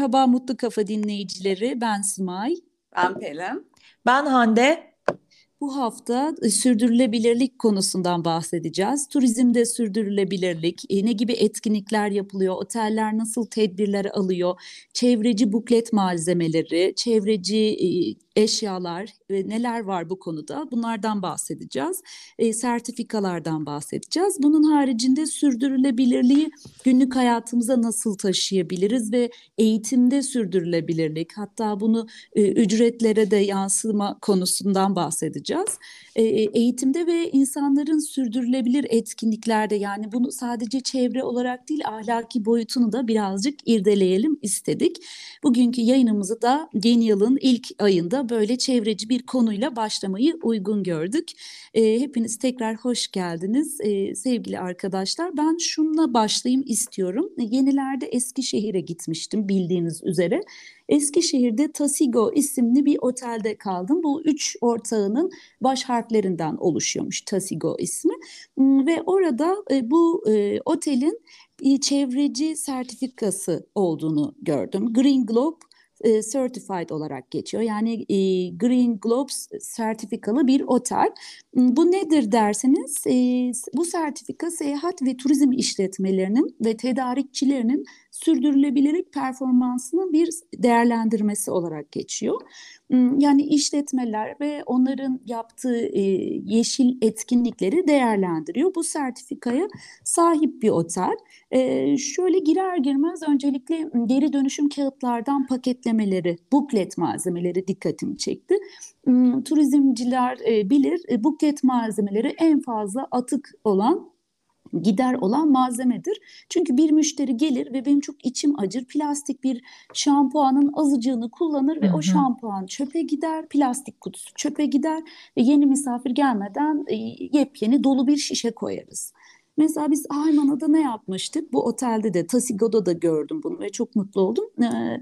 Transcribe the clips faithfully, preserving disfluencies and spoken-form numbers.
Merhaba Mutlu Kafa dinleyicileri, ben Simay. Ben Pelin. Ben Hande. Bu hafta e, sürdürülebilirlik konusundan bahsedeceğiz. Turizmde sürdürülebilirlik, e, ne gibi etkinlikler yapılıyor, oteller nasıl tedbirler alıyor, çevreci buklet malzemeleri, çevreci e, eşyalar, e, neler var bu konuda? Bunlardan bahsedeceğiz. E, sertifikalardan bahsedeceğiz. Bunun haricinde sürdürülebilirliği günlük hayatımıza nasıl taşıyabiliriz ve eğitimde sürdürülebilirlik, hatta bunu e, ücretlere de yansıma konusundan bahsedeceğiz. E, eğitimde ve insanların sürdürülebilir etkinliklerde, yani bunu sadece çevre olarak değil ahlaki boyutunu da birazcık irdeleyelim istedik. Bugünkü yayınımızı da yeni yılın ilk ayında böyle çevreci bir konuyla başlamayı uygun gördük. E, hepiniz tekrar hoş geldiniz e, sevgili arkadaşlar. Ben şununla başlayayım istiyorum. E, yenilerde Eskişehir'e gitmiştim bildiğiniz üzere. Eskişehir'de Tasigo isimli bir otelde kaldım. Bu üç ortağının baş harflerinden oluşuyormuş Tasigo ismi. Hmm, Ve orada e, bu e, otelin e, çevreci sertifikası olduğunu gördüm. Green Globe e, Certified olarak geçiyor. Yani e, Green Globe sertifikalı bir otel. Hmm, Bu nedir derseniz, e, bu sertifika seyahat ve turizm işletmelerinin ve tedarikçilerinin sürdürülebilirlik performansının bir değerlendirmesi olarak geçiyor. Hmm, Yani işletmeler ve onların yaptığı e, yeşil etkinlikleri değerlendiriyor. Bu sertifikaya sahip bir otel. E, şöyle girer girmez öncelikle geri dönüşüm kağıtlardan paketlemeleri, buklet malzemeleri dikkatimi çekti. Hmm, Turizmciler e, bilir, e, buklet malzemeleri en fazla atık olan, gider olan malzemedir. Çünkü bir müşteri gelir ve benim çok içim acır. Plastik bir şampuanın azıcığını kullanır Hı ve o hı. şampuan çöpe gider, plastik kutusu çöpe gider ve yeni misafir gelmeden e, yepyeni dolu bir şişe koyarız. Mesela biz Aymana'da ne yapmıştık? Bu otelde de, Tasigo'da da gördüm bunu ve çok mutlu oldum. Ee,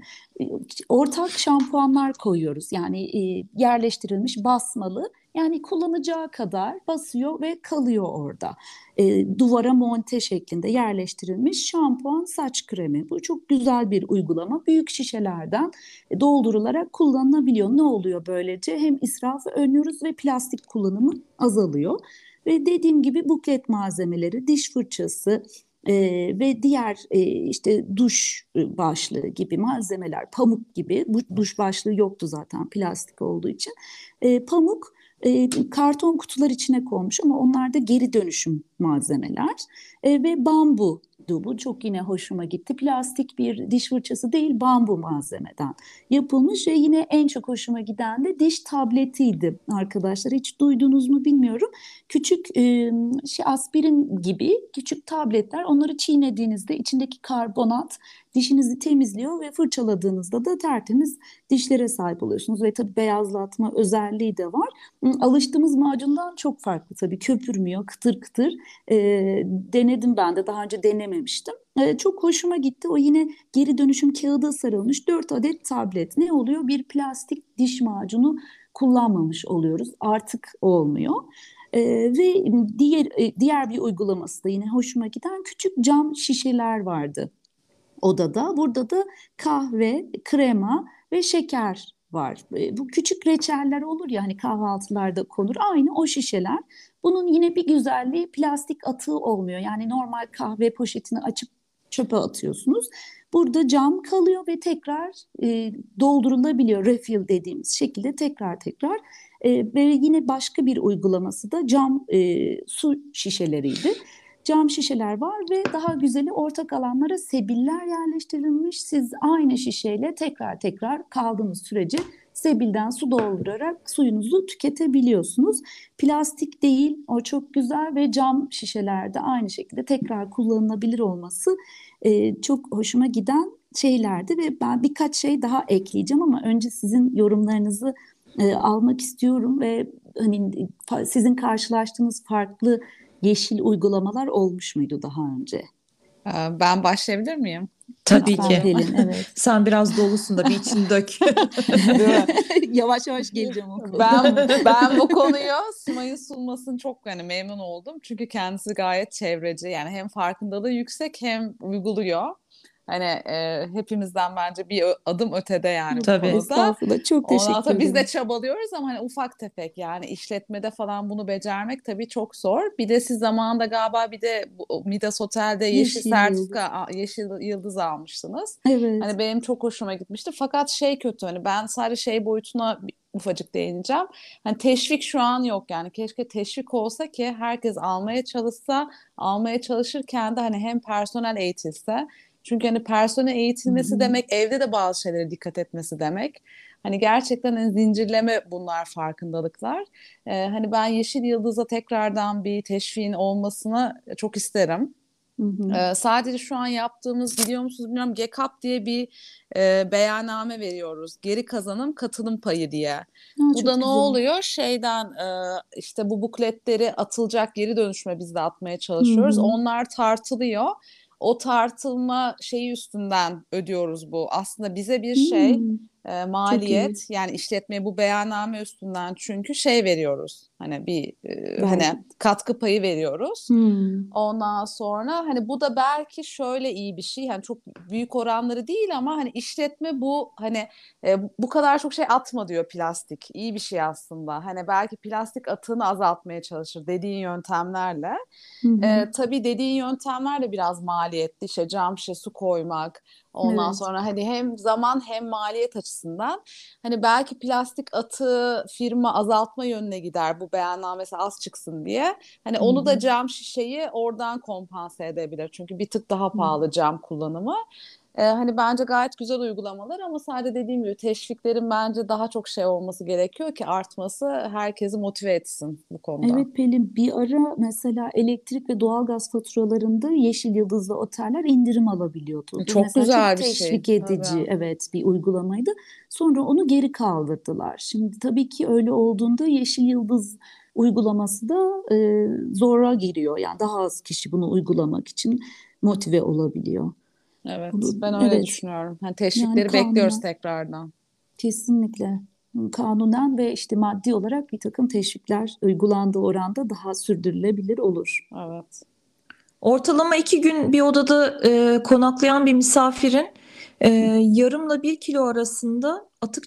ortak şampuanlar koyuyoruz. Yani e, yerleştirilmiş basmalı. Yani kullanacağı kadar basıyor ve kalıyor orada. E, duvara monte şeklinde yerleştirilmiş şampuan, saç kremi. Bu çok güzel bir uygulama. Büyük şişelerden doldurularak kullanılabiliyor. Ne oluyor böylece? Hem israfı önlüyoruz ve plastik kullanımı azalıyor. Ve dediğim gibi buklet malzemeleri, diş fırçası e, ve diğer e, işte duş başlığı gibi malzemeler, pamuk gibi. Bu duş başlığı yoktu zaten plastik olduğu için. E, pamuk e, karton kutular içine konmuş ama onlar da geri dönüşüm malzemeler. E, ve bambu. Bu çok yine hoşuma gitti. Plastik bir diş fırçası değil, bambu malzemeden yapılmış ve yine en çok hoşuma giden de diş tabletiydi arkadaşlar. Hiç duydunuz mu bilmiyorum. Küçük e, şey, aspirin gibi küçük tabletler, onları çiğnediğinizde içindeki karbonat dişinizi temizliyor ve fırçaladığınızda da tertemiz dişlere sahip oluyorsunuz ve tabii beyazlatma özelliği de var. Hı, Alıştığımız macundan çok farklı tabii, köpürmüyor, kıtır kıtır. E, denedim, ben de daha önce denememiştim. E, çok hoşuma gitti. O yine geri dönüşüm kağıda sarılmış dört adet tablet. Ne oluyor? Bir plastik diş macunu kullanmamış oluyoruz. Artık olmuyor. Ee, ve diğer e, diğer bir uygulaması da yine hoşuma giden, küçük cam şişeler vardı odada. Burada da kahve, krema ve şeker var. E, bu küçük reçeller olur ya, hani kahvaltılarda konur. Aynı o şişeler. Bunun yine bir güzelliği, plastik atığı olmuyor. Yani normal kahve poşetini açıp çöpe atıyorsunuz. Burada cam kalıyor ve tekrar e, doldurulabiliyor. Refill dediğimiz şekilde tekrar tekrar. E, ve yine başka bir uygulaması da cam e, su şişeleriydi. Cam şişeler var ve daha güzeli, ortak alanlara sebiller yerleştirilmiş. Siz aynı şişeyle tekrar tekrar kaldığınız sürece sebilden su doldurarak suyunuzu tüketebiliyorsunuz. Plastik değil, o çok güzel ve cam şişelerde aynı şekilde tekrar kullanılabilir olması e, çok hoşuma giden şeylerdi ve ben birkaç şey daha ekleyeceğim ama önce sizin yorumlarınızı e, almak istiyorum ve hani fa- sizin karşılaştığınız farklı yeşil uygulamalar olmuş muydu daha önce? Ee, Ben başlayabilir miyim? Tabii Lütfen ki. Pelin, evet. Sen biraz dolusun da bir içini dök. Değil mi? Yavaş yavaş geleceğim o konuda. Ben ben bu konuyu Simay'ın sunmasını çok yani memnun oldum. Çünkü kendisi gayet çevreci. Yani hem farkındalığı yüksek hem uyguluyor. Hani e, hepimizden bence bir ö- adım ötede yani bu Tabii. konuda. Estağfurullah. Çok Ondan teşekkür sonra biz de ederim. çabalıyoruz ama hani ufak tefek yani işletmede falan bunu becermek tabii çok zor. Bir de siz zamanında galiba bir de bu Midas Otel'de yeşil Yeşil sertifika, yıldız. a- yeşil yıldız almıştınız. Evet. Hani benim çok hoşuma gitmişti. Fakat şey kötü hani ben sadece şey boyutuna bir- ufacık değineceğim. Hani teşvik şu an yok yani. Keşke teşvik olsa ki herkes almaya çalışsa, almaya çalışırken de hani hem personel eğitilse. Çünkü hani personel Hı eğitilmesi hı. demek evde de bazı şeylere dikkat etmesi demek. Hani gerçekten hani zincirleme bunlar farkındalıklar. Ee, hani ben Yeşil Yıldız'a tekrardan bir teşviğin olmasını çok isterim. Hı hı. Ee, sadece şu an yaptığımız biliyor musunuz bilmiyorum GECAP diye bir e, beyanname veriyoruz. Geri kazanım katılım payı diye. Aa, Bu da çok ne güzel. oluyor? Şeyden e, işte bu bukletleri atılacak geri dönüşüme biz de atmaya Hı çalışıyoruz. hı. Onlar tartılıyor. O tartılma şeyi üstünden ödüyoruz bu. Aslında bize bir şey Hmm, e, çok iyi. maliyet yani işletmeye bu beyanname üstünden çünkü şey veriyoruz. Hani bir e, Vergi. hani katkı payı veriyoruz. Hmm. Ondan sonra hani bu da belki şöyle iyi bir şey. Hani çok büyük oranları değil ama hani işletme bu hani e, bu kadar çok şey atma diyor plastik. İyi bir şey aslında. Hani belki plastik atığını azaltmaya çalışır dediğin yöntemlerle. Hı hı. E, tabii dediğin yöntemler de biraz maliyetli. İşte cam şişe su koymak. Ondan Evet. sonra hani hem zaman hem maliyet açısından hani belki plastik atığı firma azaltma yönüne gider bu beyannamesi az çıksın diye. Hani Hı onu hı. da cam şişeyi oradan kompanse edebilir. Çünkü bir tık daha Hı. pahalı cam kullanımı. Ee, hani bence gayet güzel uygulamalar ama sadece dediğim gibi teşviklerin bence daha çok şey olması gerekiyor ki artması herkesi motive etsin bu konuda. Evet Pelin, bir ara mesela elektrik ve doğalgaz faturalarında Yeşil Yıldızlı oteller indirim alabiliyordu. Bu Çok mesela çok güzel bir şey teşvik edici, tabii. evet, bir uygulamaydı. Sonra onu geri kaldırdılar. Şimdi tabii ki öyle olduğunda Yeşil Yıldız uygulaması da e, zora giriyor. Yani daha az kişi bunu uygulamak için motive olabiliyor. Evet, Bunu, ben öyle evet, düşünüyorum. Hani yani teşvikleri bekliyoruz kanuna tekrardan. kesinlikle kanunen ve işte maddi olarak bir takım teşvikler uygulandığı oranda daha sürdürülebilir olur. Evet. Ortalama iki gün bir odada e, konaklayan bir misafirin e, yarımla bir kilo arasında atık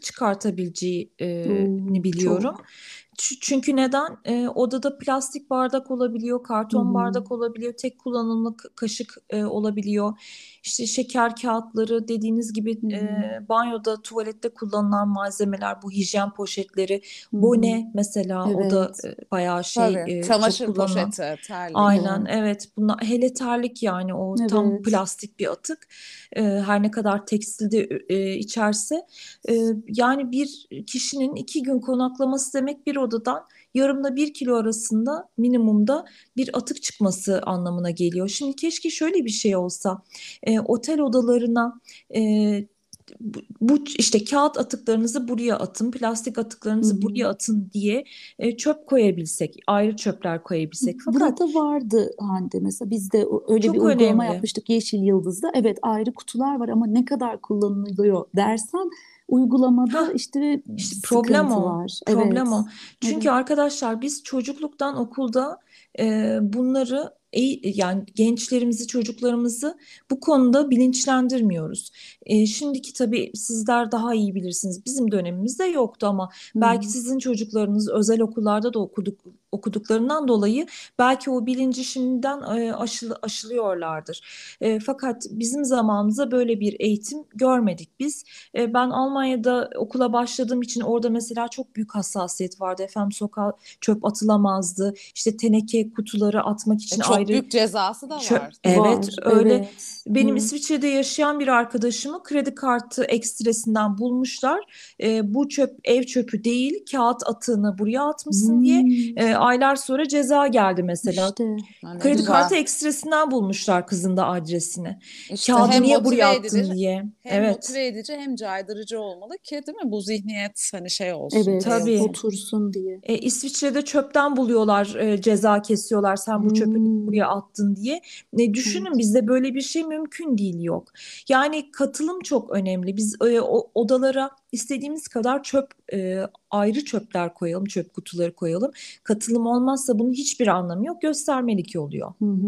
çıkartabileceğini Oo, biliyorum. çok. Ç- Çünkü neden? E, odada plastik bardak olabiliyor, Hı karton hı, bardak olabiliyor, tek kullanımlık kaşık e, olabiliyor. İşte şeker kağıtları dediğiniz gibi hı e, hı, banyoda, tuvalette kullanılan malzemeler, bu hijyen poşetleri, hı hı. bone mesela o da Evet, e, bayağı şey Tabii. e, çok Çamaşır kullanılan. poşeti, terlik. Aynen, evet, evet, bunlar hele terlik yani o tam evet. plastik bir atık. Ee, her ne kadar tekstilde e, içerse. Ee, yani bir kişinin iki gün konaklaması demek bir odadan yarımla bir kilo arasında minimumda bir atık çıkması anlamına geliyor. Şimdi keşke şöyle bir şey olsa, e, otel odalarına e, bu, bu işte kağıt atıklarınızı buraya atın, plastik Hı atıklarınızı hı. buraya atın diye e, çöp koyabilsek, ayrı çöpler koyabilsek. Fakat Burada vardı Hande, mesela biz de o- öyle bir çok uygulama önemli. yapmıştık Yeşil Yıldız'da. Evet, ayrı kutular var ama ne kadar kullanılıyor dersen uygulamada Hah, işte işte problem sıkıntı o. var. Problem Evet, o. Çünkü evet. arkadaşlar biz çocukluktan okulda e, bunları eğ- yani gençlerimizi, çocuklarımızı bu konuda bilinçlendirmiyoruz. E, şimdiki tabii sizler daha iyi bilirsiniz. Bizim dönemimizde yoktu ama Hı belki hı. sizin çocuklarınız özel okullarda da okuduk okuduklarından dolayı belki o bilinci şimdiden e, aşılı, aşılıyorlardır. E, fakat bizim zamanımızda böyle bir eğitim görmedik biz. E, ben Almanya'da okula başladığım için orada mesela çok büyük hassasiyet vardı. Efendim sokağa çöp atılamazdı. İşte teneke kutuları atmak E, için çok ayrı büyük cezası da çöp. var tabii. Evet Var, öyle. evet, Benim evet. İsviçre'de yaşayan bir arkadaşımı kredi kartı ekstresinden bulmuşlar. E, bu çöp ev çöpü değil, kağıt atığını buraya atmışsın diye Hmm, e, aylar sonra ceza geldi mesela. işte. Ha, ne Kredi kartı güzel. ekstresinden bulmuşlar kızın da adresini. İşte Kağıdı hem niye buraya motive edici attın diye. hem Evet. motive edici hem caydırıcı olmalı ki değil mi? Bu zihniyet hani şey olsun, Evet, yayılsın. Tabii. otursun diye. E, İsviçre'de çöpten buluyorlar, e, ceza kesiyorlar sen bu çöpü buraya Hmm, attın diye. Ne düşünün, evet. bizde böyle bir şey mümkün değil, yok. Yani katılım çok önemli. Biz e, o, odalara istediğimiz kadar çöp e, ayrı çöpler koyalım, çöp kutuları koyalım. Katılım olmazsa bunun hiçbir anlamı yok. Göstermelik oluyor. Hı hı.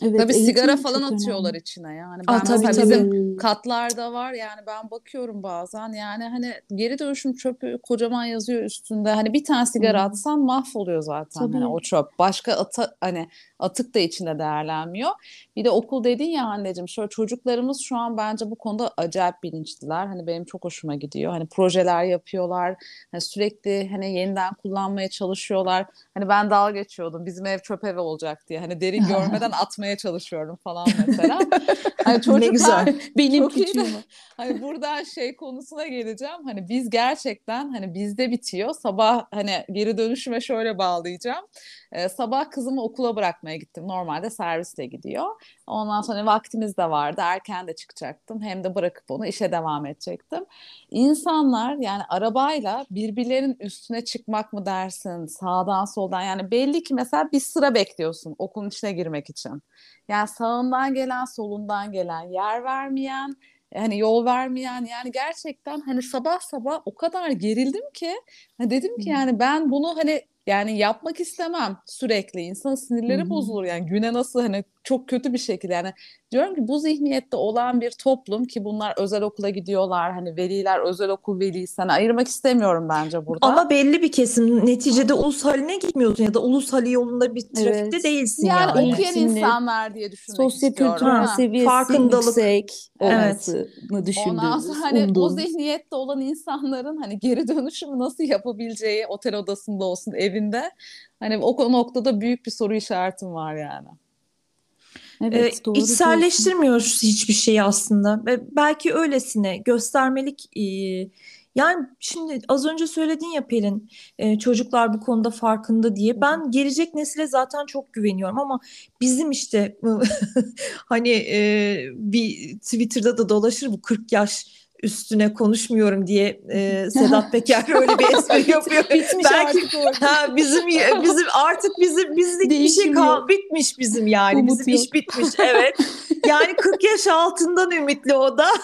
Evet, Tabii sigara eğitim falan çok atıyorlar önemli. içine yani. Aa, Ben tabii mesela tabii. bizim katlarda var yani, ben bakıyorum bazen yani, hani geri dönüşüm çöpü kocaman yazıyor üstünde. Hani bir tane sigara Hmm, atsan mahvoluyor zaten hani tabii. o çöp. Başka ata, hani atık da içinde değerlenmiyor. Bir de okul dedin ya Hande'cim, şöyle çocuklarımız şu an bence bu konuda acayip bilinçliler. Hani benim çok hoşuma gidiyor. Hani projeler yapıyorlar. Hani sürekli hani yeniden kullanmaya çalışıyorlar. Hani ben dalga geçiyordum, bizim ev çöp evi olacak diye. Hani derin görmeden atmaya çalışıyorum falan mesela. Hani Ne çocuklar güzel. Benim çok iyi de küçüğüm var. hani buradan şey konusuna geleceğim. Hani biz gerçekten hani bizde bitiyor. Sabah hani geri dönüşüme şöyle bağlayacağım. Ee, sabah kızımı okula bırakmaya gittim. Normalde servisle gidiyor. Ondan sonra vaktimiz de vardı. Erken de çıkacaktım. Hem de bırakıp onu işe devam edecektim. İnsanlar yani arabayla birbirlerinin üstüne çıkmak mı dersin, sağdan soldan, yani belli ki mesela bir sıra bekliyorsun okulun içine girmek için. Yani sağından gelen, solundan gelen, yer vermeyen, hani yol vermeyen, yani gerçekten hani sabah sabah o kadar gerildim ki hani dedim ki Hmm. yani ben bunu hani yani yapmak istemem sürekli. İnsanın Hı sinirleri hı. bozulur yani, güne nasıl hani çok kötü bir şekilde yani. Diyorum ki bu zihniyette olan bir toplum, ki bunlar özel okula gidiyorlar, hani veliler özel okul velisi, hani ayırmak istemiyorum bence burada. Ama belli bir kesim, neticede ulus haline gitmiyorsun ya da ulus hali yolunda bir trafikte Evet. değilsin Yani yani. okuyan Eğitimli, insanlar diye düşünmek istiyorum. sosyokültürel Ha, Ha. seviyesi farkındalık. yüksek Evet. olmasını Ondan sonra düşündüğümüz, hani o umduğumuz. zihniyette olan insanların hani geri dönüşümü nasıl yapabileceği, otel odasında olsun, evinde, hani o noktada büyük bir soru işaretim var yani. E, Evet, doğru diyorsun. içselleştirmiyoruz hiçbir şeyi aslında. Ve belki öylesine göstermelik. e, yani şimdi az önce söyledin ya Pelin, e, çocuklar bu konuda farkında Hı diye. hı. Ben gelecek nesile zaten çok güveniyorum ama bizim işte hani e, bir Twitter'da da dolaşır bu kırk yaş üstüne konuşmuyorum diye, e, Sedat Peker öyle bir espri Bit, yapıyor. bitmiş Belki artık orada. ha, bizim bizim artık bizim bizlik bir şey Değişim kal yok. bitmiş bizim, yani Umut bizim iş yok. bitmiş, evet. Yani kırk yaş altından ümitli o da.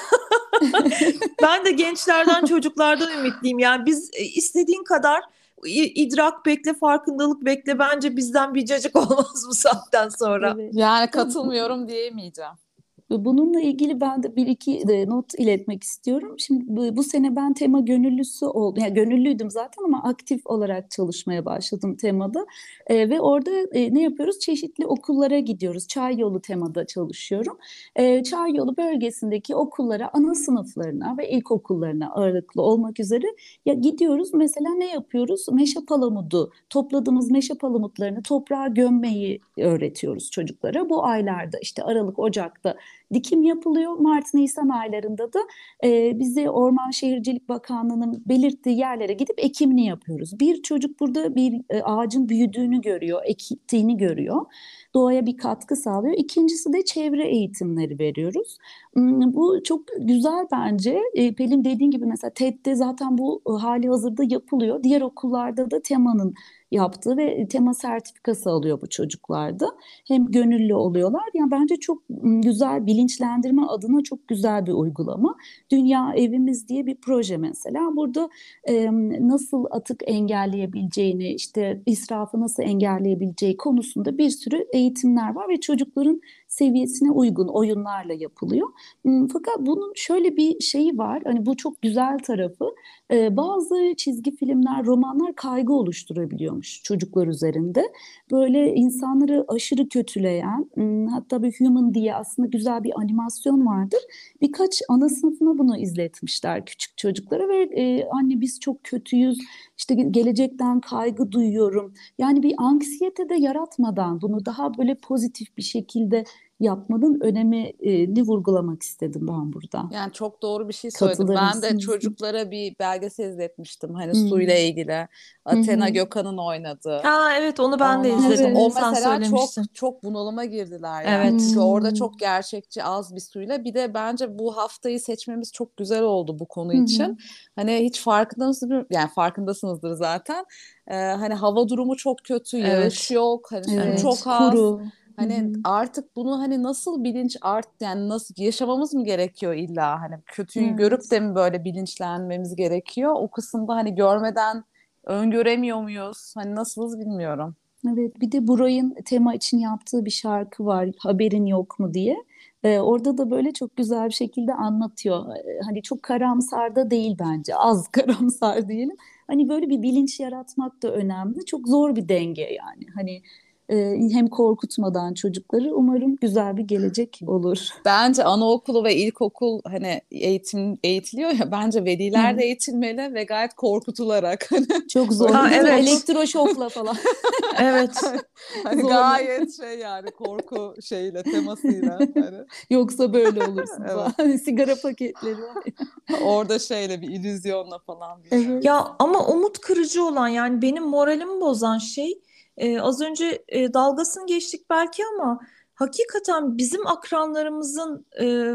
Ben de gençlerden, çocuklardan ümitliyim. Yani biz, e, istediğin kadar i- idrak bekle, farkındalık bekle. Bence bizden bir cacık olmaz bu saatten sonra. Evet. Yani Ya bu, katılmıyorum diyemeyeceğim. Bununla ilgili ben de bir iki de not iletmek istiyorum. Şimdi bu, bu sene ben tema gönüllüsü oldum. Yani gönüllüydüm zaten ama aktif olarak çalışmaya başladım temada. Ee, ve orada e, ne yapıyoruz? Çeşitli okullara gidiyoruz. Çay yolu temada çalışıyorum. Ee, Çay yolu bölgesindeki okullara, ana sınıflarına ve ilkokullarına ağırlıklı olmak üzere ya gidiyoruz. Mesela ne yapıyoruz? Meşe palamudu, topladığımız meşe palamutlarını toprağa gömmeyi öğretiyoruz çocuklara. Bu aylarda işte Aralık, Ocak'ta dikim yapılıyor. Mart-Nisan aylarında da e, bize Orman Şehircilik Bakanlığı'nın belirttiği yerlere gidip ekimini yapıyoruz. Bir çocuk burada bir e, ağacın büyüdüğünü görüyor, ektiğini görüyor. Doğaya bir katkı sağlıyor. İkincisi de çevre eğitimleri veriyoruz. Hmm, Bu çok güzel bence. E, Pelin dediğin gibi mesela TED'de zaten bu e, hali hazırda yapılıyor. Diğer okullarda da temanın yaptığı ve tema sertifikası alıyor bu çocuklarda. Hem gönüllü oluyorlar. Yani bence çok m, güzel, bilinçlendirme adına çok güzel bir uygulama. Dünya Evimiz diye bir proje mesela. Burada e, nasıl atık engelleyebileceğini, işte israfı nasıl engelleyebileceği konusunda bir sürü eğitimler var ve çocukların seviyesine uygun oyunlarla yapılıyor. M, Fakat bunun şöyle bir şeyi var. Hani bu çok güzel tarafı. E, bazı çizgi filmler, romanlar kaygı oluşturabiliyormuş çocuklar üzerinde. Böyle insanları aşırı kötüleyen, ım, hatta bir Human diye aslında güzel bir animasyon vardır. Birkaç ana sınıfına bunu izletmişler küçük çocuklara ve e, anne biz çok kötüyüz, işte ge- gelecekten kaygı duyuyorum. Yani bir anksiyete de yaratmadan bunu daha böyle pozitif bir şekilde yapmanın önemini vurgulamak istedim ben burada. Yani çok doğru bir şey söyledim. Katılır Ben de mısınız? çocuklara bir belgesel izletmiştim hani suyla Hmm. ilgili. Hı Athena hı. Gökhan'ın oynadığı. Aa, evet, onu ben de Ondan sonra izledim. o Evet. Sen mesela çok söylemiştin. çok bunalıma girdiler yani. Evet. Çünkü orada Hmm. çok gerçekçi, az bir suyla. Bir de bence bu haftayı seçmemiz çok güzel oldu bu konu Hı hı. için. Hani hiç farkındasınız, yani farkındasınızdır zaten. Ee, hani hava durumu çok kötü, yağış Evet. yok, hani su Evet. çok az. Kuru. Hı Hani hı. artık bunu hani nasıl bilinç art, yani nasıl yaşamamız mı gerekiyor illa, hani kötüyü görüp Evet. de mi böyle bilinçlenmemiz gerekiyor? O kısımda hani görmeden öngöremiyor muyuz? Hani nasılız bilmiyorum. Evet, bir de Buray'ın tema için yaptığı bir şarkı var, Haberin Yok mu diye. Ee, orada da böyle çok güzel bir şekilde anlatıyor. Ee, hani çok karamsar da değil bence, az karamsar diyelim. Hani böyle bir bilinç yaratmak da önemli. Çok zor bir denge yani. Hani e, hem korkutmadan çocukları, umarım güzel bir gelecek olur. Bence anaokulu ve ilkokul hani eğitim eğitiliyor ya, bence veliler de Evet. eğitilmeli ve gayet korkutularak hani Çok böyle zor Ha, değil mi? evet, Elektroşokla falan evet. hani zorla. gayet şey yani korku şeyle temasıyla hani Yoksa böyle olursun falan. evet, Hani sigara paketleri var. orada şeyle bir illüzyonla falan bilmiyorum. Evet. Ya ama umut kırıcı olan, yani benim moralimi bozan şey, e, az önce e, dalgasını geçtik belki ama hakikaten bizim akranlarımızın e,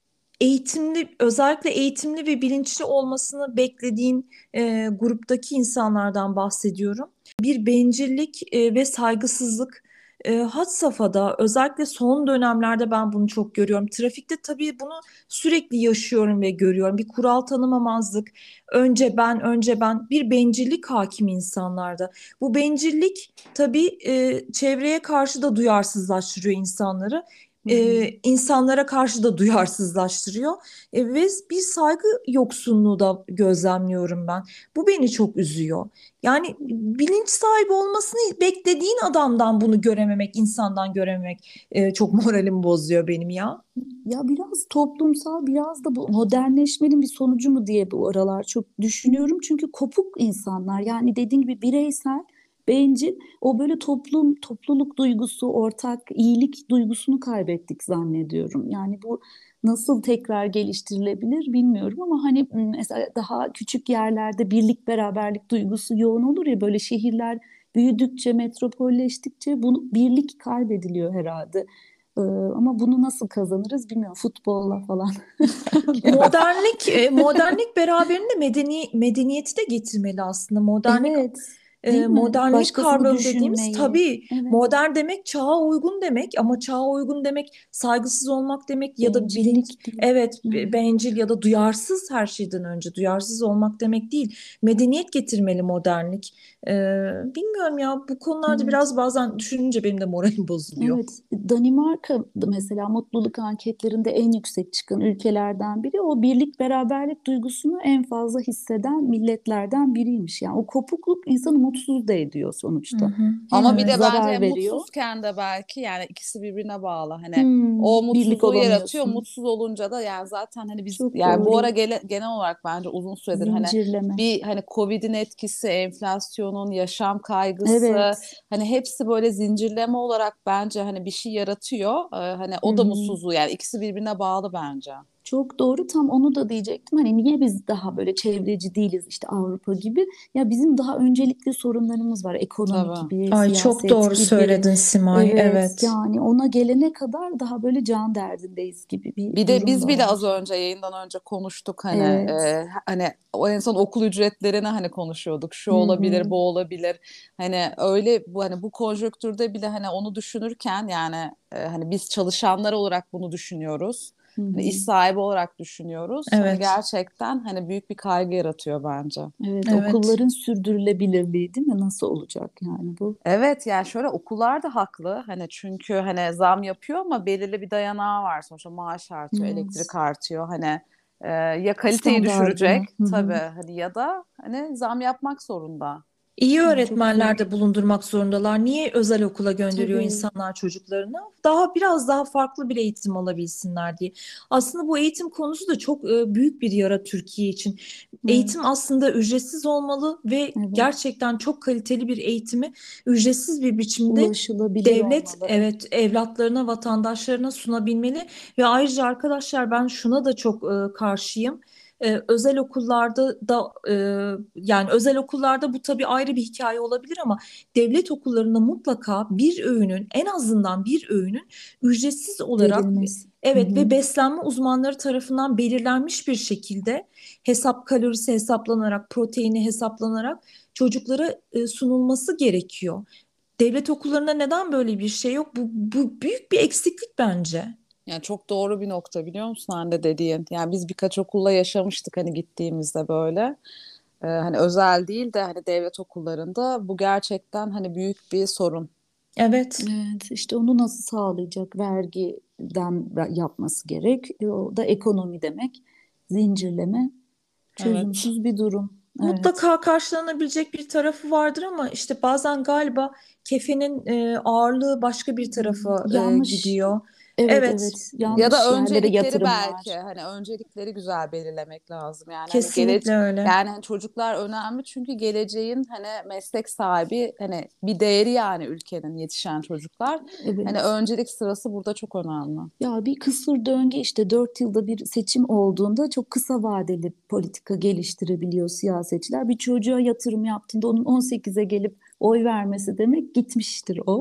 eğitimli, özellikle eğitimli ve bilinçli olmasını beklediğin e, gruptaki insanlardan bahsediyorum. Bir bencillik e, ve saygısızlık e, had safhada. Özellikle son dönemlerde ben bunu çok görüyorum. Trafikte tabii bunu sürekli yaşıyorum ve görüyorum. Bir kural tanımamazlık, önce ben, önce ben, bir bencillik hakim insanlarda. Bu bencillik tabii e, çevreye karşı da duyarsızlaştırıyor insanları. Hı hı. E, insanlara karşı da duyarsızlaştırıyor. E, ve bir saygı yoksunluğu da gözlemliyorum ben. Bu beni çok üzüyor. Yani bilinç sahibi olmasını beklediğin adamdan bunu görememek, insandan görememek e, çok moralimi bozuyor benim ya. Ya biraz toplumsal, biraz da bu modernleşmenin bir sonucu mu diye bu aralar çok düşünüyorum. Çünkü kopuk insanlar, yani dediğin gibi bireysel, bencil, o böyle toplum, topluluk duygusu, ortak iyilik duygusunu kaybettik zannediyorum. Yani bu nasıl tekrar geliştirilebilir bilmiyorum ama hani mesela daha küçük yerlerde birlik beraberlik duygusu yoğun olur ya, böyle şehirler büyüdükçe, metropolleştikçe bu birlik kaybediliyor herhalde. Ee, ama bunu nasıl kazanırız bilmiyorum. Futbolla falan belki. Modernlik, e, modernlik beraberinde medeni, medeniyeti de getirmeli aslında. Modernlik, Evet, e, değil mi? modernlik Başkasını kavramı dediğimiz, düşünmeyi. tabii Evet, modern demek çağa uygun demek, ama çağa uygun demek saygısız olmak demek ya da bilinç, bencillik değil. evet, be- Hmm, bencil ya da duyarsız, her şeyden önce duyarsız olmak demek değil. Medeniyet getirmeli modernlik. E, Bilmiyorum ya, bu konularda evet. biraz bazen düşününce benim de moralim bozuluyor. Evet, Danimarka da mesela mutluluk anketlerinde en yüksek çıkan ülkelerden biri. O birlik beraberlik duygusunu en fazla hisseden milletlerden biriymiş. Yani o kopukluk insanı mutsuz da ediyor Hı sonuçta. hı, Ama Hem bir e, de bence zarar hem veriyor. mutsuzken de belki yani ikisi birbirine bağlı. Hani Hmm, o birlik mutsuzluğu yaratıyor. olamıyorsun. Mutsuz olunca da yani zaten hani biz Çok yani bu ara doğru. gele- genel olarak bence uzun süredir hani Zincirleme. bir hani Covid'in etkisi, enflasyonun, yaşam kaygısı, Evet. hani hepsi böyle zincirleme olarak bence hani bir şey yaratıyor. Ee, hani Hı o da hı. mutsuzluğu, yani ikisi birbirine bağlı bence. Çok doğru, tam onu da diyecektim. Hani niye biz daha böyle çevreci değiliz işte Avrupa gibi? Ya bizim daha öncelikli sorunlarımız var. Ekonomi Tabii. gibi, Ay, çok siyaset doğru gibi. söyledin Simay. Evet, Evet. yani ona gelene kadar daha böyle can derdindeyiz gibi bir Bir de durum biz da bile az var. önce yayından önce konuştuk hani Evet. e, hani o en son okul ücretlerini hani konuşuyorduk. Şu Hı olabilir, hı. bu olabilir. Hani öyle bu hani bu konjonktürde bile hani onu düşünürken yani e, hani biz çalışanlar olarak bunu düşünüyoruz. Hı Hani iş hı. sahibi olarak düşünüyoruz. Hani Evet. gerçekten hani büyük bir kaygı yaratıyor bence. Evet, Evet. okulların sürdürülebilirliği değil mi? Nasıl olacak yani bu? Evet, yani şöyle okullar da haklı hani, çünkü hani zam yapıyor ama belirli bir dayanağı var, sonuçta maaş artıyor, elektrik Evet. artıyor, hani e, ya kaliteyi düşürecek Standardını. Hı tabii hı. hani, ya da hani zam yapmak zorunda. İyi Ya çok öğretmenler zor. de bulundurmak zorundalar. Niye özel okula gönderiyor Tabii. insanlar çocuklarını? Daha biraz daha farklı bir eğitim alabilsinler diye. Aslında bu eğitim konusu da çok e, büyük bir yara Türkiye için. Eğitim Evet. aslında ücretsiz olmalı ve Evet. gerçekten çok kaliteli bir eğitimi ücretsiz bir biçimde Ulaşılabilir devlet, olmalı. evet, evlatlarına, vatandaşlarına sunabilmeli. Ve ayrıca arkadaşlar, ben şuna da çok e, karşıyım. Ee, özel okullarda da e, yani özel okullarda bu tabii ayrı bir hikaye olabilir ama devlet okullarında mutlaka bir öğünün, en azından bir öğünün ücretsiz olarak, Verilmesi. Hı evet, ve hı. beslenme uzmanları tarafından belirlenmiş bir şekilde hesap, kalorisi hesaplanarak, proteini hesaplanarak çocuklara e, sunulması gerekiyor. Devlet okullarında neden böyle bir şey yok? Bu, bu büyük bir eksiklik bence. Yani çok doğru bir nokta, biliyor musun Hande, dediğin. Yani biz birkaç okulla yaşamıştık hani gittiğimizde böyle. Ee, hani özel değil de hani devlet okullarında bu gerçekten hani büyük bir sorun. Evet. Evet, işte onu nasıl sağlayacak? Vergiden yapması gerek. E, O da ekonomi demek. Zincirleme, Evet. çözümsüz bir durum. Evet. Mutlaka karşılanabilecek bir tarafı vardır ama işte bazen galiba kefenin e, ağırlığı başka bir Hmm, tarafa e, yanlış, gidiyor. evet Evet, evet, Ya yanlış da yerlere öncelikleri belki yatırımlar. hani öncelikleri güzel belirlemek lazım. Yani hani kesinlikle gelece öyle. yani hani çocuklar önemli çünkü geleceğin hani meslek sahibi hani bir değeri yani ülkenin yetişen çocuklar. Hani Evet. öncelik sırası burada çok önemli. Ya bir kısır döngü, işte dört yılda bir seçim olduğunda çok kısa vadeli politika geliştirebiliyor siyasetçiler. Bir çocuğa yatırım yaptığında onun on sekize gelip oy vermesi demek gitmiştir o.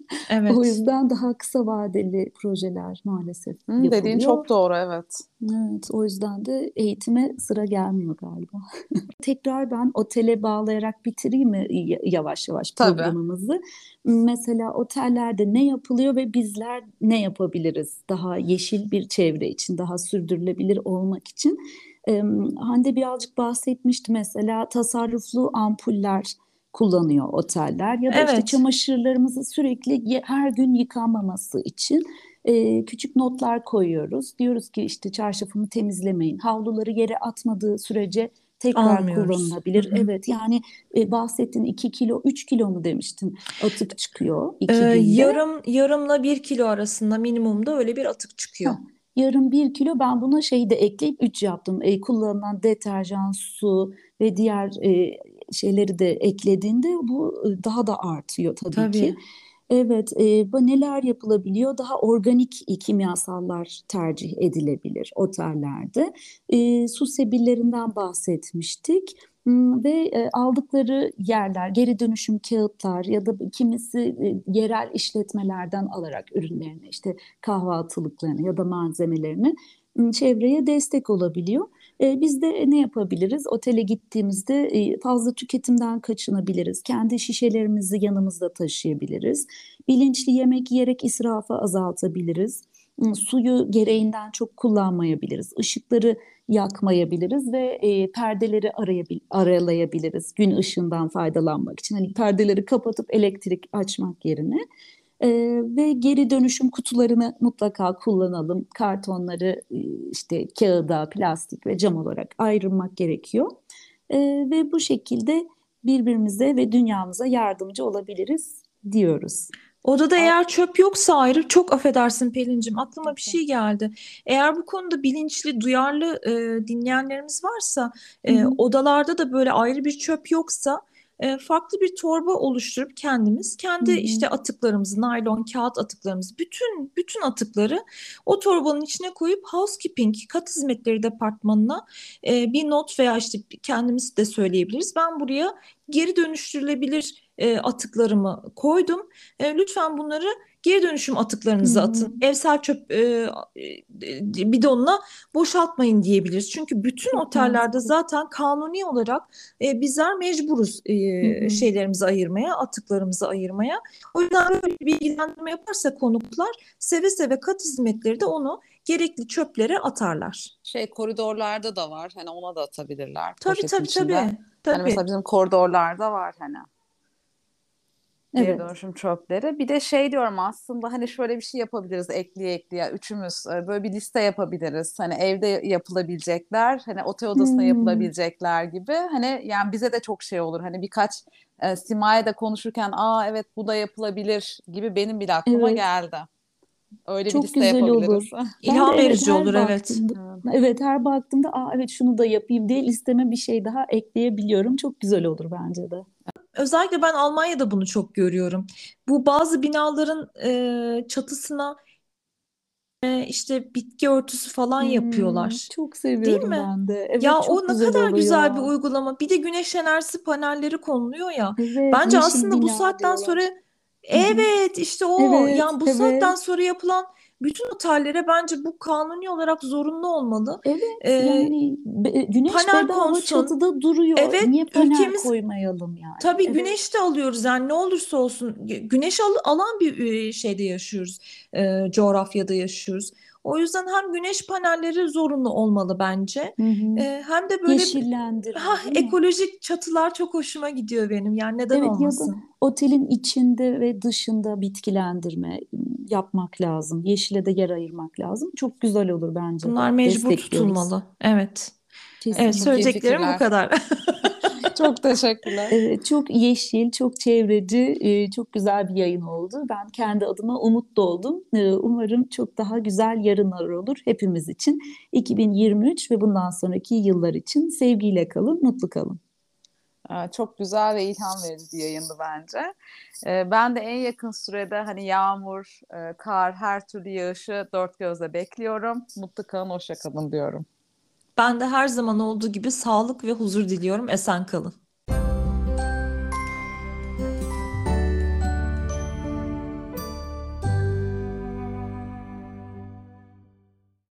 O Evet. yüzden daha kısa vadeli projeler maalesef Hı, dediğin yapılıyor. çok doğru, evet. Evet, o yüzden de eğitime sıra gelmiyor galiba. Tekrar ben otele bağlayarak bitireyim mi y- yavaş yavaş Tabii. programımızı? Mesela otellerde ne yapılıyor ve bizler ne yapabiliriz daha yeşil bir çevre için, daha sürdürülebilir olmak için? Ee, Hande birazcık bahsetmişti, mesela tasarruflu ampuller kullanıyor oteller ya da işte Evet. çamaşırlarımızı sürekli ye- her gün yıkanmaması için e, küçük notlar koyuyoruz. Diyoruz ki işte çarşafımı temizlemeyin, havluları yere atmadığı sürece tekrar Almıyoruz. Hı kullanılabilir. hı. Evet, yani e, bahsettiğin iki kilo üç kilo mu demiştin, atık çıkıyor Ee, iki günde. yarım yarımla bir kilo arasında minimumda öyle bir atık çıkıyor. Heh, yarım bir kilo, ben buna şeyi de ekleyip üç yaptım. E, kullanılan deterjan, su ve diğer e, şeyleri de eklediğinde bu e, daha da artıyor tabii ki. Tabii. Evet, e, bu neler yapılabiliyor? Daha organik e, kimyasallar tercih edilebilir otellerde. E, su sebillerinden bahsetmiştik. Hmm, Ve e, aldıkları yerler, geri dönüşüm kağıtlar ya da kimisi e, yerel işletmelerden alarak ürünlerini, işte kahvaltılıklarını ya da malzemelerini ım, çevreye destek olabiliyor. E, biz de ne yapabiliriz? Otele gittiğimizde e, fazla tüketimden kaçınabiliriz. Kendi şişelerimizi yanımızda taşıyabiliriz. Bilinçli yemek yiyerek israfı azaltabiliriz. Im, Suyu gereğinden çok kullanmayabiliriz. Işıkları yakmayabiliriz ve e, perdeleri arayabil aralayabiliriz gün ışığından faydalanmak için. Hani perdeleri kapatıp elektrik açmak yerine. Ee, ve geri dönüşüm kutularını mutlaka kullanalım. Kartonları e, işte kağıda, plastik ve cam olarak ayrılmak gerekiyor. Ee, ve bu şekilde birbirimize ve dünyamıza yardımcı olabiliriz diyoruz. Odada A- eğer çöp yoksa ayrı, çok affedersin Pelin'cim, aklıma bir Tabii. şey geldi. Eğer bu konuda bilinçli, duyarlı e, dinleyenlerimiz varsa, Hı e, hı, odalarda da böyle ayrı bir çöp yoksa e, farklı bir torba oluşturup kendimiz hı kendi hı, işte atıklarımızı, naylon, kağıt atıklarımızı, bütün bütün atıkları o torbanın içine koyup housekeeping, kat hizmetleri departmanına e, bir not veya işte kendimiz de söyleyebiliriz. Ben buraya geri dönüştürülebilir e, atıklarımı koydum. E, lütfen bunları geri dönüşüm hı atıklarınıza hı. atın. Evsel çöp e, e, bidonuna boşaltmayın diyebiliriz. Çünkü bütün Çok otellerde mantıklı. zaten kanuni olarak e, bizler mecburuz Hı e, hı. şeylerimizi ayırmaya, atıklarımızı ayırmaya. O yüzden böyle bir bilgilendirme yaparsa konuklar, seve seve kat hizmetleri de onu gerekli çöplere atarlar. Şey koridorlarda da var. Hani ona da atabilirler Tabii poşetin tabii içinde. tabii. Hani mesela Tabii. bizim koridorlarda var hani geri Evet. dönüşüm çöpleri. Bir de şey diyorum aslında hani şöyle bir şey yapabiliriz ekleye ekleye üçümüz e, böyle bir liste yapabiliriz. Hani evde yapılabilecekler, hani otel odasında Hmm. yapılabilecekler gibi. Hani yani bize de çok şey olur. Hani birkaç e, Sima'ya da konuşurken aa evet bu da yapılabilir gibi benim bile aklıma Evet. geldi. Öyle bir Çok liste güzel yapabiliriz. olur. Ben de İlham evet, verici her olur, evet. baktığımda evet her baktığımda aa evet şunu da yapayım diye listeme bir şey daha ekleyebiliyorum. Çok güzel olur bence de. Özellikle ben Almanya'da bunu çok görüyorum. Bu bazı binaların e, çatısına e, işte bitki örtüsü falan Hmm, yapıyorlar. çok Değil seviyorum mi? ben de. Ya Evet, o çok ne güzel kadar güzel bir oluyor. uygulama. Bir de güneş enerjisi panelleri konuluyor ya. Evet, Bence yeşil aslında bu bina saatten sonra, diyorlar. Hı hı. evet işte o, Evet, yani bu saatten evet. sonra yapılan bütün otellere bence bu kanuni olarak zorunlu olmalı. Evet, E, yani be- güneş panel bedava konsun. çatıda duruyor. Evet, Niye panel ülkemiz. koymayalım yani? Tabii Evet. güneş de alıyoruz yani, ne olursa olsun güneş al- alan bir e, şeyde yaşıyoruz, e, coğrafyada yaşıyoruz. O yüzden hem güneş panelleri zorunlu olmalı bence. Hı hı. E, hem de böyle ha, Yeşillendirme, değil mi? ekolojik çatılar çok hoşuma gidiyor benim. Yani neden Evet, ya da olmasın? otelin içinde ve dışında bitkilendirme yapmak lazım. Yeşile de yer ayırmak lazım. Çok güzel olur bence Bunlar de. mecbur Destekliyoruz. tutulmalı. Evet. Evet, Çok iyi Kesinlikle. söyleyeceklerim bu fikirler. kadar. Çok teşekkürler. Evet, çok yeşil, çok çevreci, e, çok güzel bir yayın oldu. Ben kendi adıma umut oldum. E, Umarım çok daha güzel yarınlar olur hepimiz için. iki bin yirmi üç ve bundan sonraki yıllar için sevgiyle kalın, mutlu kalın. Ee, Çok güzel ve ilham verici bir yayındı bence. Ee, Ben de en yakın sürede hani yağmur, e, kar, her türlü yağışı dört gözle bekliyorum. Mutlu kalın, hoşça kalın diyorum. Ben de her zaman olduğu gibi sağlık ve huzur diliyorum. Esen kalın.